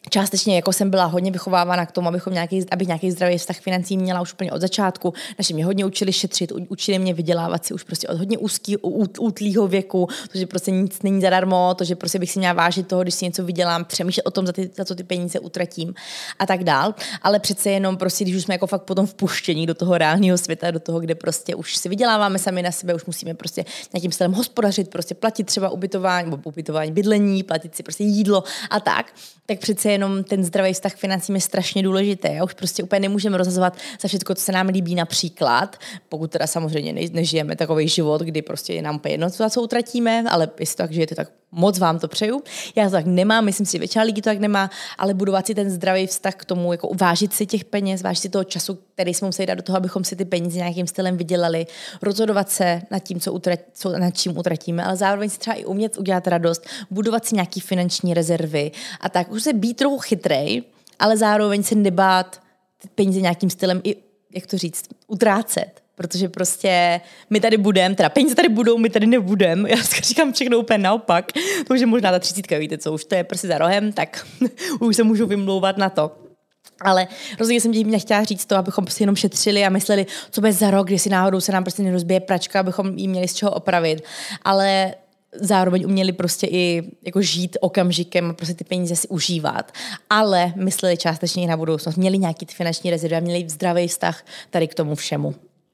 částečně jako jsem byla hodně vychovávána k tomu, abychom nějaký, abych nějaký zdravý vztah financí měla už úplně od začátku. Naši mě hodně učili šetřit, učili mě vydělávat si už prostě od hodně úzký, útlýho věku, to, že prostě nic není zadarmo, to, že prostě bych si měla vážit toho, když si něco vydělám, přemýšlet o tom, za, ty, za co ty peníze utratím a tak dál. Ale přece jenom prostě, když už jsme jako fakt potom vpuštění do toho reálného světa, do toho, kde prostě už si vyděláváme sami na sebe, už musíme prostě nějakým stylem hospodařit, prostě platit třeba ubytování, nebo ubytování, bydlení, platit si prostě jídlo a tak, tak přece jenom ten zdravý vztah k financím je strašně důležitý. A už prostě úplně nemůžeme rozhazovat za všechno, co se nám líbí například, pokud teda samozřejmě ne, nežijeme takový život, kdy prostě je nám úplně jedno, co, co utratíme, ale jestli tak žijete, tak moc vám to přeju. Já to tak nemám, myslím si, většina lidí to tak nemá, ale budovat si ten zdravý vztah k tomu, jako vážit si těch peněz, vážit si toho času, který jsme museli dát do toho, abychom si ty peníze nějakým stylem vydělali, rozhodovat se nad tím, co, utrat, co nad čím utratíme, ale zároveň si třeba i umět udělat radost, budovat si nějaký finanční rezervy a tak už se být trochu chytrej, ale zároveň se nebát ty peníze nějakým stylem i, jak to říct, utrácet. Protože prostě my tady budeme, teda peníze tady budou, my tady nebudeme. Já říkám všechno úplně naopak. To už je možná ta třicítka, víte co, už to je prostě za rohem, tak už se můžu vymlouvat na to. Ale rozhodně jsem tím nechtěla říct to, abychom prostě jenom šetřili a mysleli, co bude za rok, když si náhodou se nám prostě nerozbije pračka, abychom jí měli z čeho opravit. Ale zároveň uměli prostě i jako žít okamžikem a prostě ty peníze si užívat. Ale mysleli částečně i na budoucnost. Měli nějaký ty finanční rezervy a měli zdravý vztah tady k tomu všemu.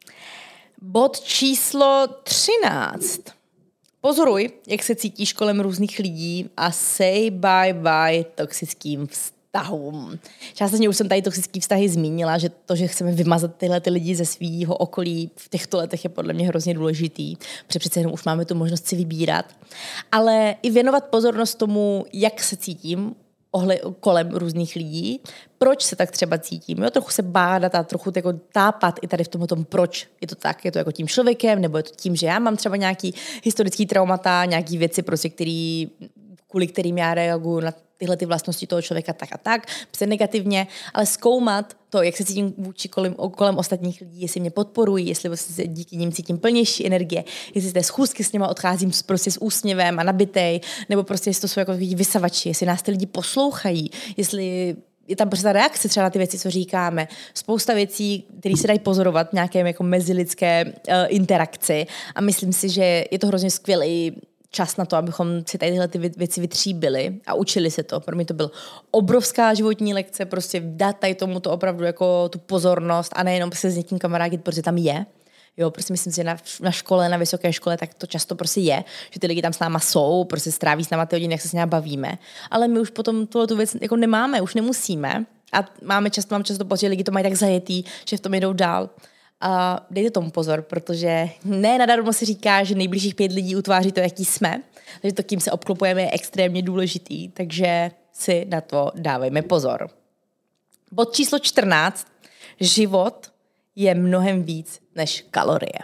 Bod číslo třináct. Pozoruj, jak se cítíš kolem různých lidí a say bye bye toxickým vztahům. Částečně už jsem tady toxický vztahy zmínila, že to, že chceme vymazat tyhle ty lidi ze svého okolí v těchto letech je podle mě hrozně důležitý, protože přece jenom už máme tu možnost si vybírat. Ale i věnovat pozornost tomu, jak se cítím ohle, kolem různých lidí, proč se tak třeba cítím, jo? Trochu se bádat a trochu jako tápat i tady v tom, tom, proč je to tak, je to jako tím člověkem, nebo je to tím, že já mám třeba nějaký historický traumata, nějaký věci, prostě, který, kvůli kterým já reaguju na tyhle ty vlastnosti toho člověka tak a tak, se negativně, ale zkoumat to, jak se cítím vůči kolem, kolem ostatních lidí, jestli mě podporují, jestli se díky nim cítím plnější energie, jestli z té schůzky s nima odcházím prostě s úsměvem a nabitej, nebo prostě jestli to jsou jako vysavači, jestli nás ty lidi poslouchají, jestli je tam prostě ta reakce třeba na ty věci, co říkáme. Spousta věcí, které se dají pozorovat v nějaké jako mezilidské uh, interakci a myslím si, že je to hrozně skvělý čas na to, abychom si tady tyhle ty věci vytříbili a učili se to. Pro mě to byl obrovská životní lekce, prostě dát tady tomu to opravdu jako tu pozornost a nejenom se s někým kamarádit, protože tam je. Jo, prostě myslím si, že na, na škole, na vysoké škole, tak to často prostě je, že ty lidi tam s náma jsou, prostě stráví s náma ty hodiny, jak se s náma bavíme. Ale my už potom tuhle tu věc jako nemáme, už nemusíme. A máme často, mám často pocit, že lidi to mají tak zajetý, že v tom jdou dál. A dejte tomu pozor, protože ne nadarmo se říká, že nejbližších pět lidí utváří to, jaký jsme. Takže to, kým se obklopujeme, je extrémně důležitý, takže si na to dávejme pozor. Bod číslo čtrnáct. Život je mnohem víc než kalorie.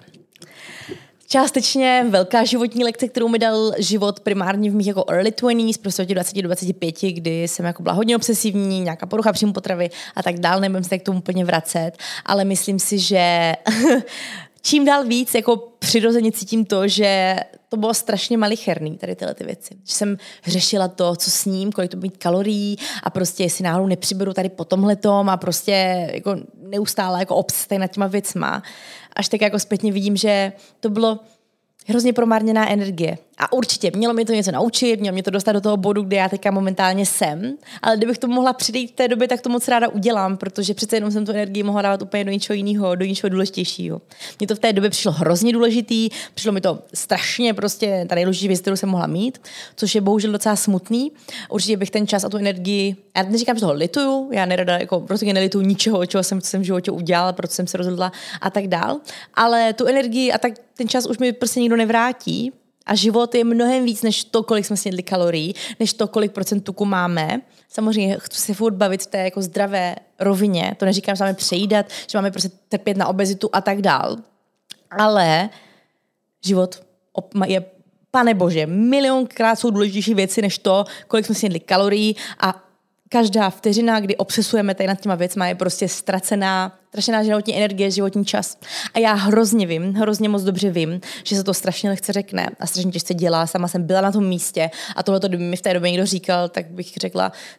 Částečně velká životní lekce, kterou mi dal život primárně v mých jako early twenties, prostě od dvacet do dvaceti pěti, kdy jsem jako byla hodně obsesivní, nějaká porucha příjmu potravy a tak dál, nebudem se k tomu úplně vracet, ale myslím si, že čím dál víc jako přirozeně cítím to, že to bylo strašně malicherný, tady tyhle ty věci. Že jsem řešila to, co s ním, kolik to bude mít kalorií a prostě jestli náhodou nepřiberu tady po tomhletom a prostě jako neustále jako obstaj nad těma věcma. Až tak jako zpětně vidím, že to bylo hrozně promarněná energie. A určitě, mělo mi to něco naučit, mělo mě to dostat do toho bodu, kde já teďka momentálně jsem, ale kdybych to mohla přijít v té době, tak to moc ráda udělám, protože přece jenom jsem tu energii mohla dávat úplně do něčeho jiného, do něčeho důležitějšího. Mně to v té době přišlo hrozně důležitý, přišlo mi to strašně prostě ta nejdůležitější věc, kterou jsem mohla mít, což je bohužel docela smutný. Určitě bych ten čas a tu energii, já neříkám, že toho lituju, já nerada jako rozhodně nelituju ničeho, čeho jsem, jsem v životě udělala, proč jsem se rozhodla a tak dál, ale tu energii a tak ten čas už mi prostě nikdo nevrátí. A život je mnohem víc než to, kolik jsme snědli kalorií, než to, kolik procent tuku máme. Samozřejmě chci se furt bavit v té jako zdravé rovině. To neříkám, že máme přejídat, že máme prostě trpět na obezitu a tak dál. Ale život je, pane bože, milionkrát jsou důležitější věci než to, kolik jsme snědli kalorií a každá vteřina, kdy obsesujeme tady nad těma věcma, je prostě ztracená, ztracená životní energie, životní čas. A já hrozně vím, hrozně moc dobře vím, že se to strašně lehce řekne a strašně těžce dělá. Sama jsem byla na tom místě a tohle, kdyby mi v té době někdo říkal, tak bych řekla,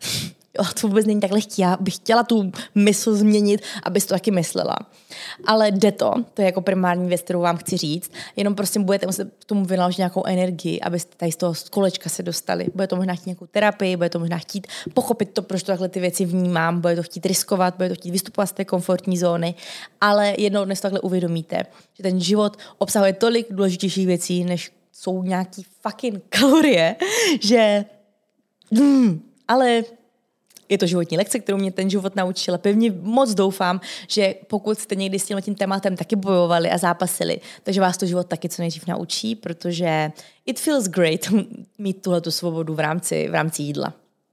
Jo, to vůbec není tak lehký, já bych chtěla tu mysl změnit, abys to taky myslela. Ale jde to, to je jako primární věc, kterou vám chci říct, jenom prostě budete muset tomu vynaložit nějakou energii, abyste tady z toho kolečka se dostali. Bude to možná chtít nějakou terapii, bude to možná chtít pochopit to, proč to takhle ty věci vnímám, bude to chtít riskovat, bude to chtít vystupovat z té komfortní zóny, ale jednou dnes takhle uvědomíte, že ten život obsahuje tolik důležitějších věcí, než jsou nějaký fucking kalorie, že mm, ale je to životní lekce, kterou mě ten život naučil. Pevně moc doufám, že pokud jste někdy s tím, tím tématem taky bojovali a zápasili, takže vás to život taky co nejdřív naučí, protože it feels great mít tuhletu svobodu v rámci, v rámci jídla.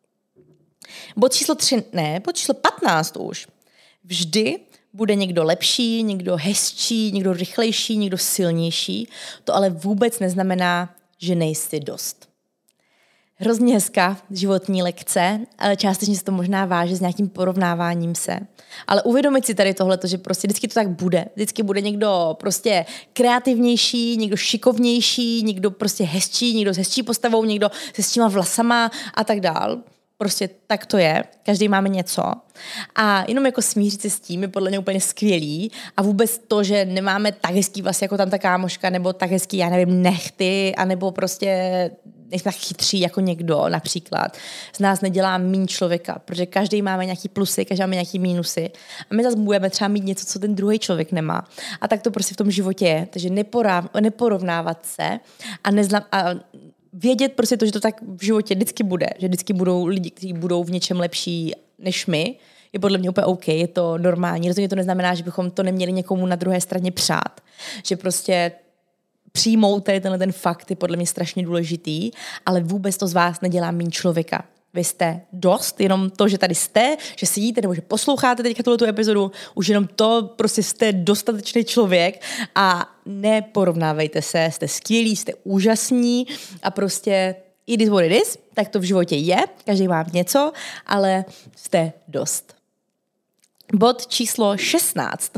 Bod číslo tři, ne, bod číslo patnáct už. Vždy bude někdo lepší, někdo hezčí, někdo rychlejší, někdo silnější. To ale vůbec neznamená, že nejsi dost. Hrozně hezká životní lekce, ale částečně se to možná váže s nějakým porovnáváním se. Ale uvědomit si tady tohleto, že prostě vždycky to tak bude. Vždycky bude někdo prostě kreativnější, někdo šikovnější, někdo prostě hezčí, někdo s hezčí postavou, někdo se hezčíma vlasama a tak dál. Prostě tak to je, každý máme něco. A jenom jako smířit se s tím je podle mě úplně skvělý. A vůbec to, že nemáme tak hezký vlasy jako tam ta kámoška, nebo tak hezký, já nevím, nechty, anebo prostě nejsme tak chytří jako někdo například. Z nás nedělá míň člověka, protože každý máme nějaký plusy, každý máme nějaký mínusy. A my zase budeme třeba mít něco, co ten druhý člověk nemá. A tak to prostě v tom životě je. Takže neporav, neporovnávat se a, nezna, a vědět prostě to, že to tak v životě vždycky bude. Že vždycky budou lidi, kteří budou v něčem lepší než my, je podle mě úplně OK, je to normální. Rozhodně to neznamená, že bychom to neměli někomu na druhé straně přát. Že prostě přijmout tady tenhle ten fakt je podle mě strašně důležitý, ale vůbec to z vás nedělá míň člověka. Vy jste dost, jenom to, že tady jste, že sedíte nebo že posloucháte teďka tuhletu epizodu, už jenom to, prostě jste dostatečný člověk a neporovnávejte se, jste skvělí, jste úžasní a prostě it is what it is, tak to v životě je, každý má něco, ale jste dost. Bod číslo šestnáct.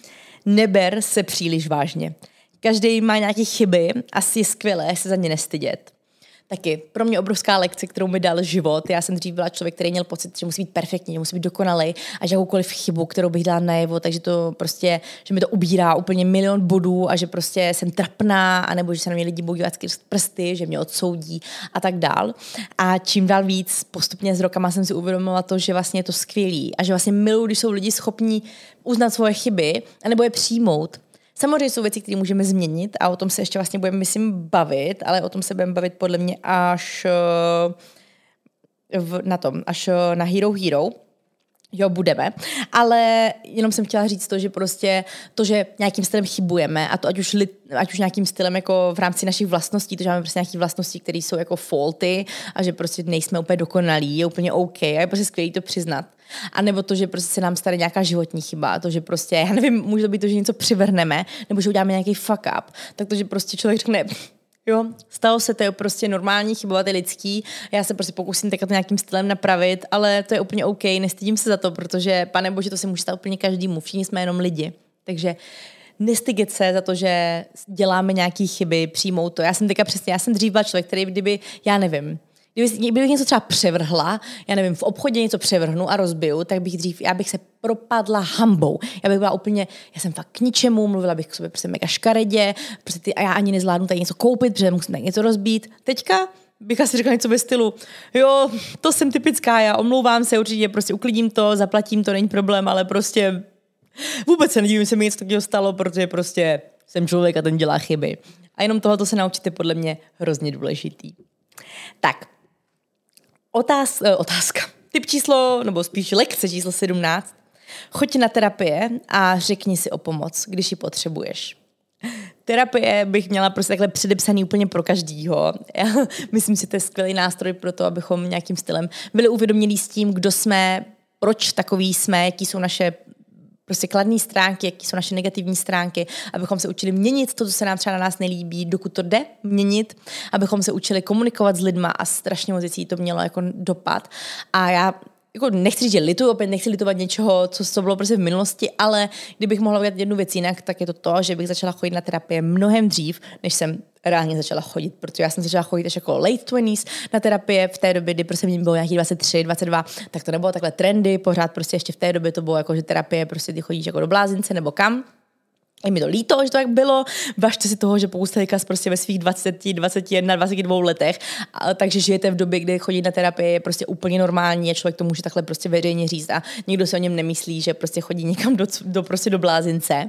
Neber se příliš vážně. Každý má nějaké chyby, asi je skvělé se za ně nestydět. Taky pro mě obrovská lekce, kterou mi dal život. Já jsem dřív byla člověk, který měl pocit, že musí být perfektní, že musí být dokonalý a že jakoukoliv chybu, kterou bych dala najevo, takže to prostě, že mi to ubírá úplně milion bodů a že prostě jsem trapná, anebo že se na mě lidi budou dívat skrz prsty, že mě odsoudí a tak dál. A čím dál víc postupně s rokama jsem si uvědomila to, že vlastně je to skvělý a že vlastně miluji, když jsou lidi schopní uznat svoje chyby anebo je přijmout. Samozřejmě jsou věci, které můžeme změnit a o tom se ještě vlastně budeme, myslím, bavit, ale o tom se budeme bavit podle mě až v, na tom, až na Hero Hero. Jo, budeme. Ale jenom jsem chtěla říct to, že prostě to, že nějakým stylem chybujeme a to ať už, li, ať už nějakým stylem jako v rámci našich vlastností, to, že máme prostě nějaké vlastnosti, které jsou jako faulty a že prostě nejsme úplně dokonalí, je úplně OK a je prostě skvělý to přiznat. A nebo to, že prostě se nám stane nějaká životní chyba, to, že prostě, já nevím, může to být to, že něco přivrhneme, nebo že uděláme nějaký fuck up, tak to, že prostě člověk řekne, jo, stalo se, to je prostě normální, chybovat je lidský, já se prostě pokusím teďka to nějakým stylem napravit, ale to je úplně OK, nestydím se za to, protože, pane bože, to se může stát úplně každému, všichni jsme jenom lidi, takže nestydět se za to, že děláme nějaké chyby, přijmout to. Já jsem teďka přesně, já jsem dřív byla člověk, který kdyby, já nevím, Kdyby, kdybych něco třeba převrhla, já nevím, v obchodě něco převrhnu a rozbiju, tak bych dřív, já bych se propadla hambou. Já bych byla úplně, já jsem fakt k ničemu, mluvila bych k sobě prostě mega škaredě, prostě ty, a já ani nezvládnu tady něco koupit, protože musím tady něco rozbít. Teďka bych asi řekla něco ve stylu, jo, to jsem typická, já omlouvám se, určitě prostě uklidím to, zaplatím to, není problém, ale prostě vůbec se nedivím, že se mi něco takového stalo, protože prostě jsem člověk a ten dělá chyby. A jenom tohoto se naučíte podle mě hrozně důležitý. Tak, Otáz, otázka. Tip číslo, nebo spíš lekce číslo sedmnáct. Choď na terapie a řekni si o pomoc, když ji potřebuješ. Terapie bych měla prostě takhle předepsaný úplně pro každýho. Já myslím si, to je skvělý nástroj pro to, abychom nějakým stylem byli uvědomělí s tím, kdo jsme, proč takový jsme, jaký jsou naše prostě kladné stránky, jaký jsou naše negativní stránky, abychom se učili měnit to, co se nám třeba na nás nelíbí, dokud to jde měnit, abychom se učili komunikovat s lidma a strašně moc věcí to mělo jako dopad. A já jako nechci říct, že lituju, opět nechci litovat něčeho, co, co bylo prostě v minulosti, ale kdybych mohla udělat jednu věc jinak, tak je to to, že bych začala chodit na terapie mnohem dřív, než jsem reálně začala chodit, protože já jsem začala chodit až jako late twenties na terapie v té době, kdy prostě mě bylo nějaký dvacet tři, dvacet dva, tak to nebylo takhle trendy, pořád prostě ještě v té době to bylo jako, že terapie prostě ty chodíš jako do blázince nebo kam. Je mi to líto, že to tak bylo. Važte si toho, že pokud jste prostě ve svých dvaceti, dvaceti jedné, dvaceti dvou letech, a, takže žijete v době, kdy chodit na terapii je prostě úplně normální a člověk to může takhle prostě veřejně říct a nikdo se o něm nemyslí, že prostě chodí někam do, do, prostě do blázince.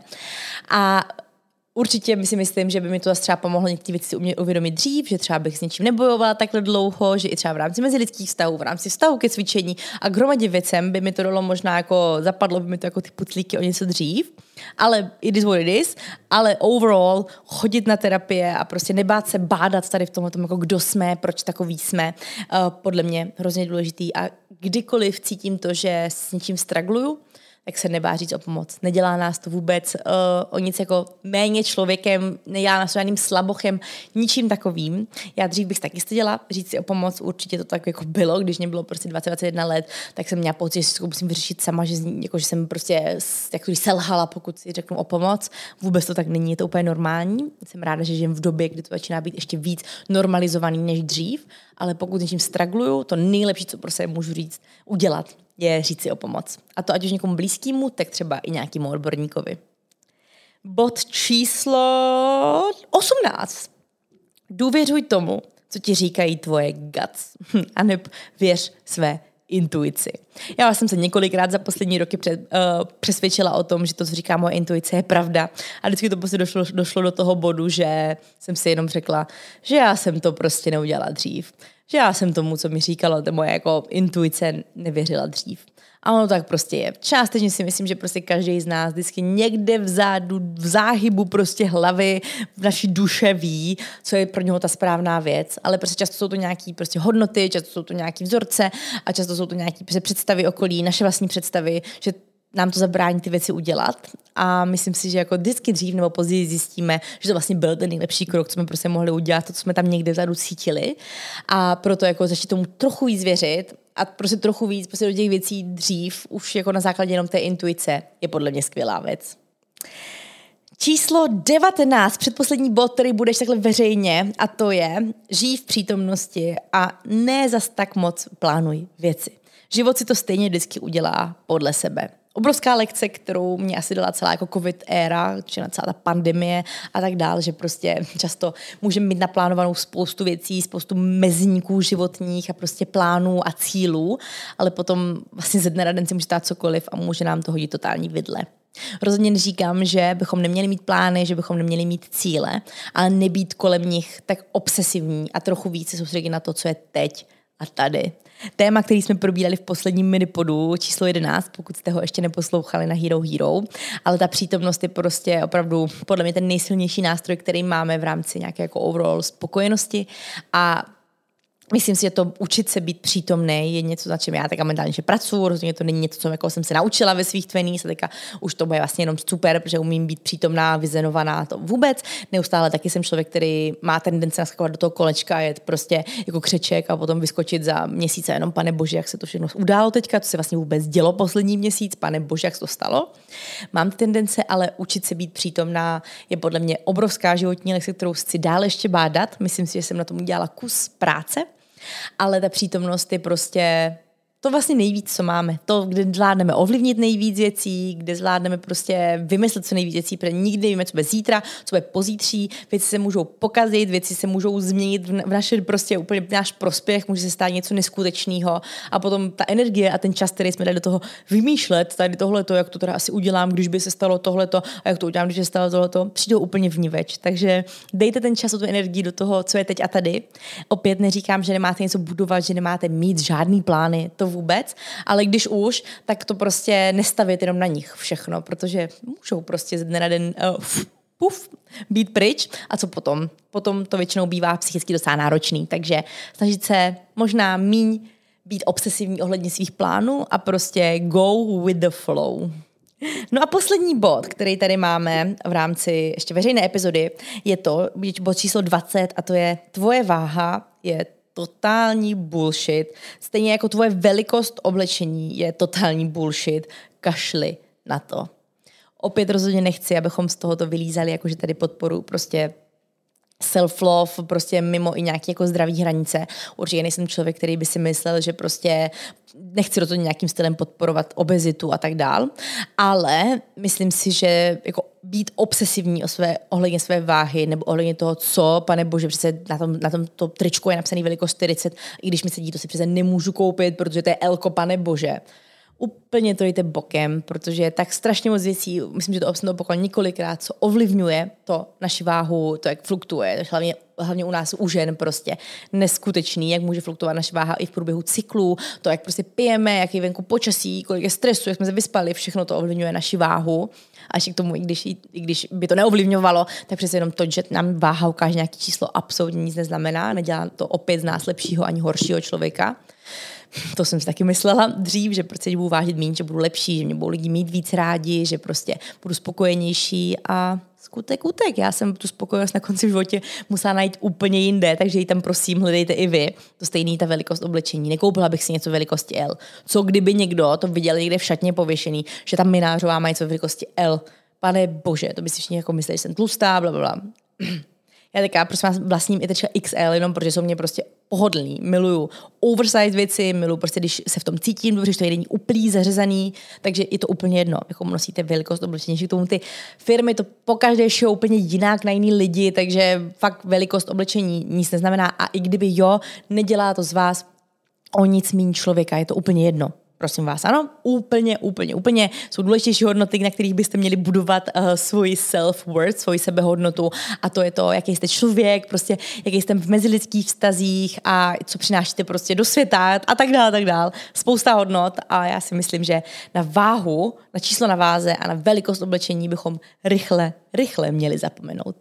A určitě my si myslím, že by mi to zase třeba pomohlo některé věci si uvědomit dřív, že třeba bych s něčím nebojovala takhle dlouho, že i třeba v rámci mezilidských vztahů, v rámci vztahu ke cvičení a k hromadě věcem by mi to dalo možná jako, zapadlo by mi to jako ty puclíky o něco dřív, ale it is what it is, ale overall chodit na terapie a prostě nebát se bádat tady v tomhle tom, jako kdo jsme, proč takový jsme, uh, podle mě hrozně důležitý a kdykoliv cítím to, že s něčím stragluju, tak se nebá říct o pomoc. Nedělá nás to vůbec uh, o nic jako méně člověkem, nedělá nás žádným slabochem, ničím takovým. Já dřív bych taky styděla říct si o pomoc, určitě to tak jako bylo, když mě bylo prostě dvacet, dvacet jedna let, tak jsem měla pocit, že si to musím vyřešit sama, že, jako, že jsem prostě jak selhala, pokud si řeknu o pomoc. Vůbec to tak není, je to úplně normální. Jsem ráda, že žijem v době, kdy to začíná být ještě víc normalizovaný než dřív, ale pokud něčím stragluju, to nejlepší, co prostě můžu říct, udělat, je říct si o pomoc. A to ať už někomu blízkému, tak třeba i nějakému odborníkovi. Bod číslo osmnáct. Důvěřuj tomu, co ti říkají tvoje guts. A neb věř své intuici. Já jsem se několikrát za poslední roky před, uh, přesvědčila o tom, že to, co říká moje intuice, je pravda. A vždycky to prostě došlo, došlo do toho bodu, že jsem si jenom řekla, že já jsem to prostě neudělala dřív. Že já jsem tomu, co mi říkalo, to moje jako intuice nevěřila dřív. A ono tak prostě je. Částečně si myslím, že prostě každý z nás vždycky někde vzadu, v záhybu prostě hlavy, v naší duše ví, co je pro něho ta správná věc, ale prostě často jsou to nějaké prostě hodnoty, často jsou to nějaké vzorce a často jsou to nějaké představy okolí, naše vlastní představy, že nám to zabrání ty věci udělat a myslím si, že jako vždycky dřív nebo později zjistíme, že to vlastně byl ten nejlepší krok, co jsme prostě mohli udělat, to, co jsme tam někde vzadu cítili a proto jako začít tomu trochu víc věřit a prostě trochu víc prostě do těch věcí dřív, už jako na základě jenom té intuice, je podle mě skvělá věc. Číslo devatenáct, předposlední bod, který budeš takhle veřejně, a to je žij v přítomnosti a ne zas tak moc plánuj věci. Život si to stejně vždycky udělá podle sebe. Obrovská lekce, kterou mě asi dala celá jako covid éra, celá ta pandemie a tak dále, že prostě často můžeme mít naplánovanou spoustu věcí, spoustu mezníků životních a prostě plánů a cílů, ale potom vlastně ze dne na den si může stát cokoliv a může nám to hodit totální vidle. Rozhodně neříkám, že bychom neměli mít plány, že bychom neměli mít cíle, ale nebýt kolem nich tak obsesivní a trochu více soustředit na to, co je teď a tady. Téma, který jsme probírali v posledním minipodu číslo jedenáct, pokud jste ho ještě neposlouchali na Hero Hero, ale ta přítomnost je prostě opravdu podle mě ten nejsilnější nástroj, který máme v rámci nějaké jako overall spokojenosti a myslím si, že to učit se být přítomný je něco, na čem já teďka mentálně pracuji, rozhodně to není něco, co jako jsem se naučila ve svých twenties a teďka už to bude vlastně jenom super, protože umím být přítomná, vyzenovaná, to vůbec. Neustále taky jsem člověk, který má tendence naskakovat do toho kolečka, jet prostě jako křeček a potom vyskočit za měsíc a jenom pane bože, jak se to všechno událo teďka, co se vlastně vůbec dělo poslední měsíc, pane bože, jak se to stalo. Mám tendence, ale učit se být přítomná je podle mě obrovská životní lekce, kterou chci dál ještě bádat. Myslím si, že jsem na tom udělala kus práce. Ale ta přítomnost je prostě to vlastně nejvíc, co máme. To, kde zvládneme ovlivnit nejvíc věcí, kde zvládneme prostě vymyslet co nejvíc věcí, protože nikdy nevíme, co bude zítra, co bude pozítří, věci se můžou pokazit, věci se můžou změnit v naše prostě úplně v náš prospěch, může se stát něco neskutečného a potom ta energie a ten čas, který jsme dali do toho vymýšlet, tady tohleto, jak to teda asi udělám, když by se stalo tohleto a jak to udělám, když se stalo tohleto, přijdou úplně vniveč. Takže dejte ten čas a tu energii do toho, co je teď a tady. Opět neříkám, že nemáte něco budovat, že nemáte mít žádný plány, to vůbec, ale když už, tak to prostě nestavit jenom na nich všechno, protože můžou prostě ze dne na den uh, puf, být pryč a co potom? Potom to většinou bývá psychicky docela náročný, takže snažit se možná míň být obsesivní ohledně svých plánů a prostě go with the flow. No a poslední bod, který tady máme v rámci ještě veřejné epizody, je to bod číslo dvacet a to je tvoje váha je totální bullshit. Stejně jako tvoje velikost oblečení je totální bullshit. Kašli na to. Opět rozhodně nechci, abychom z tohoto vylízali, jakože tady podporu prostě self-love, prostě mimo i nějaké jako zdraví hranice. Určitě nejsem člověk, který by si myslel, že prostě nechci do toho nějakým stylem podporovat obezitu a tak dál, ale myslím si, že jako být obsesivní o své, ohledně své váhy nebo ohledně toho, co, pane bože, přece na tom, na tom to tričku je napsaný velikost čtyřicet, i když mi sedí, to si přece nemůžu koupit, protože to je elko, pane bože. Úplně to jdete bokem, protože je tak strašně moc věcí, myslím, že to jsem to opakoval několikrát, co ovlivňuje to naši váhu, to, jak fluktuje, hlavně, hlavně u nás u žen prostě neskutečný, jak může fluktovat naše váha i v průběhu cyklu, to, jak prostě pijeme, jaký je venku počasí, kolik je stresu, jak jsme se vyspali, všechno to ovlivňuje naši váhu. A ještě k tomu, i když, i když by to neovlivňovalo, tak přece jenom to, že nám váha ukáže nějaké číslo, absolutně nic neznamená, nedělá to opět z nás lepšího ani horšího člověka. To jsem si taky myslela dřív, že prostě budu vážit méně, že budu lepší, že mě budou lidi mít víc rádi, že prostě budu spokojenější a skutek, utek. Já jsem tu spokojenost na konci v životě musela najít úplně jinde, takže ji tam prosím hledejte i vy. To stejný ta velikost oblečení. Nekoupila bych si něco velikosti L. Co kdyby někdo to viděl někde v šatně pověšený, že tam minářová má něco velikosti L. Pane bože, to by si všichni jako mysleli, že jsem tlustá, blablabla. Já taká prosím vás vlastním i teďka X L, jenom protože jsou mě prostě pohodlný. Miluju oversize věci, miluju prostě, když se v tom cítím, protože to je není úplný, zařezaný, takže je to úplně jedno, jako nosíte velikost oblečení. Že k tomu ty firmy to pokaždé šou úplně jinak na jiný lidi, takže fakt velikost oblečení nic neznamená a i kdyby jo, nedělá to z vás o nic méně člověka, je to úplně jedno. Prosím vás, ano, úplně, úplně, úplně jsou důležitější hodnoty, na kterých byste měli budovat uh, svůj self-worth, svoji sebehodnotu a to je to, jaký jste člověk, prostě jaký jste v mezilidských vztazích a co přinášíte prostě do světa a tak dále, tak dále. Spousta hodnot a já si myslím, že na váhu, na číslo na váze a na velikost oblečení bychom rychle, rychle měli zapomenout.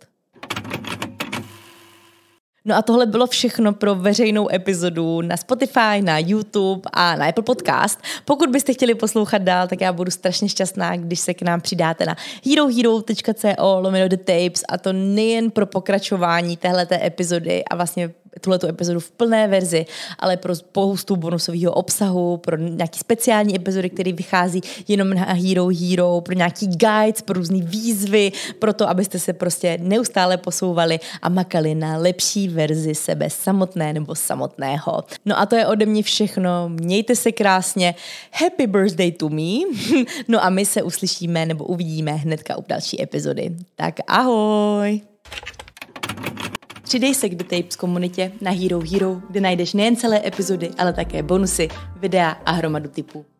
No a tohle bylo všechno pro veřejnou epizodu na Spotify, na YouTube a na Apple Podcast. Pokud byste chtěli poslouchat dál, tak já budu strašně šťastná, když se k nám přidáte na herohero tečka co lomeno the tapes a to nejen pro pokračování téhleté epizody a vlastně tuhletu epizodu v plné verzi, ale pro spoustu bonusového obsahu, pro nějaký speciální epizody, které vychází jenom na Hero Hero, pro nějaký guides, pro různý výzvy, pro to, abyste se prostě neustále posouvali a makali na lepší verzi sebe samotné nebo samotného. No a to je ode mě všechno. Mějte se krásně. Happy birthday to me. No a my se uslyšíme nebo uvidíme hnedka u další epizody. Tak ahoj! Přidej se k The Tapes komunitě na Hero Hero, kde najdeš nejen celé epizody, ale také bonusy, videa a hromadu tipů.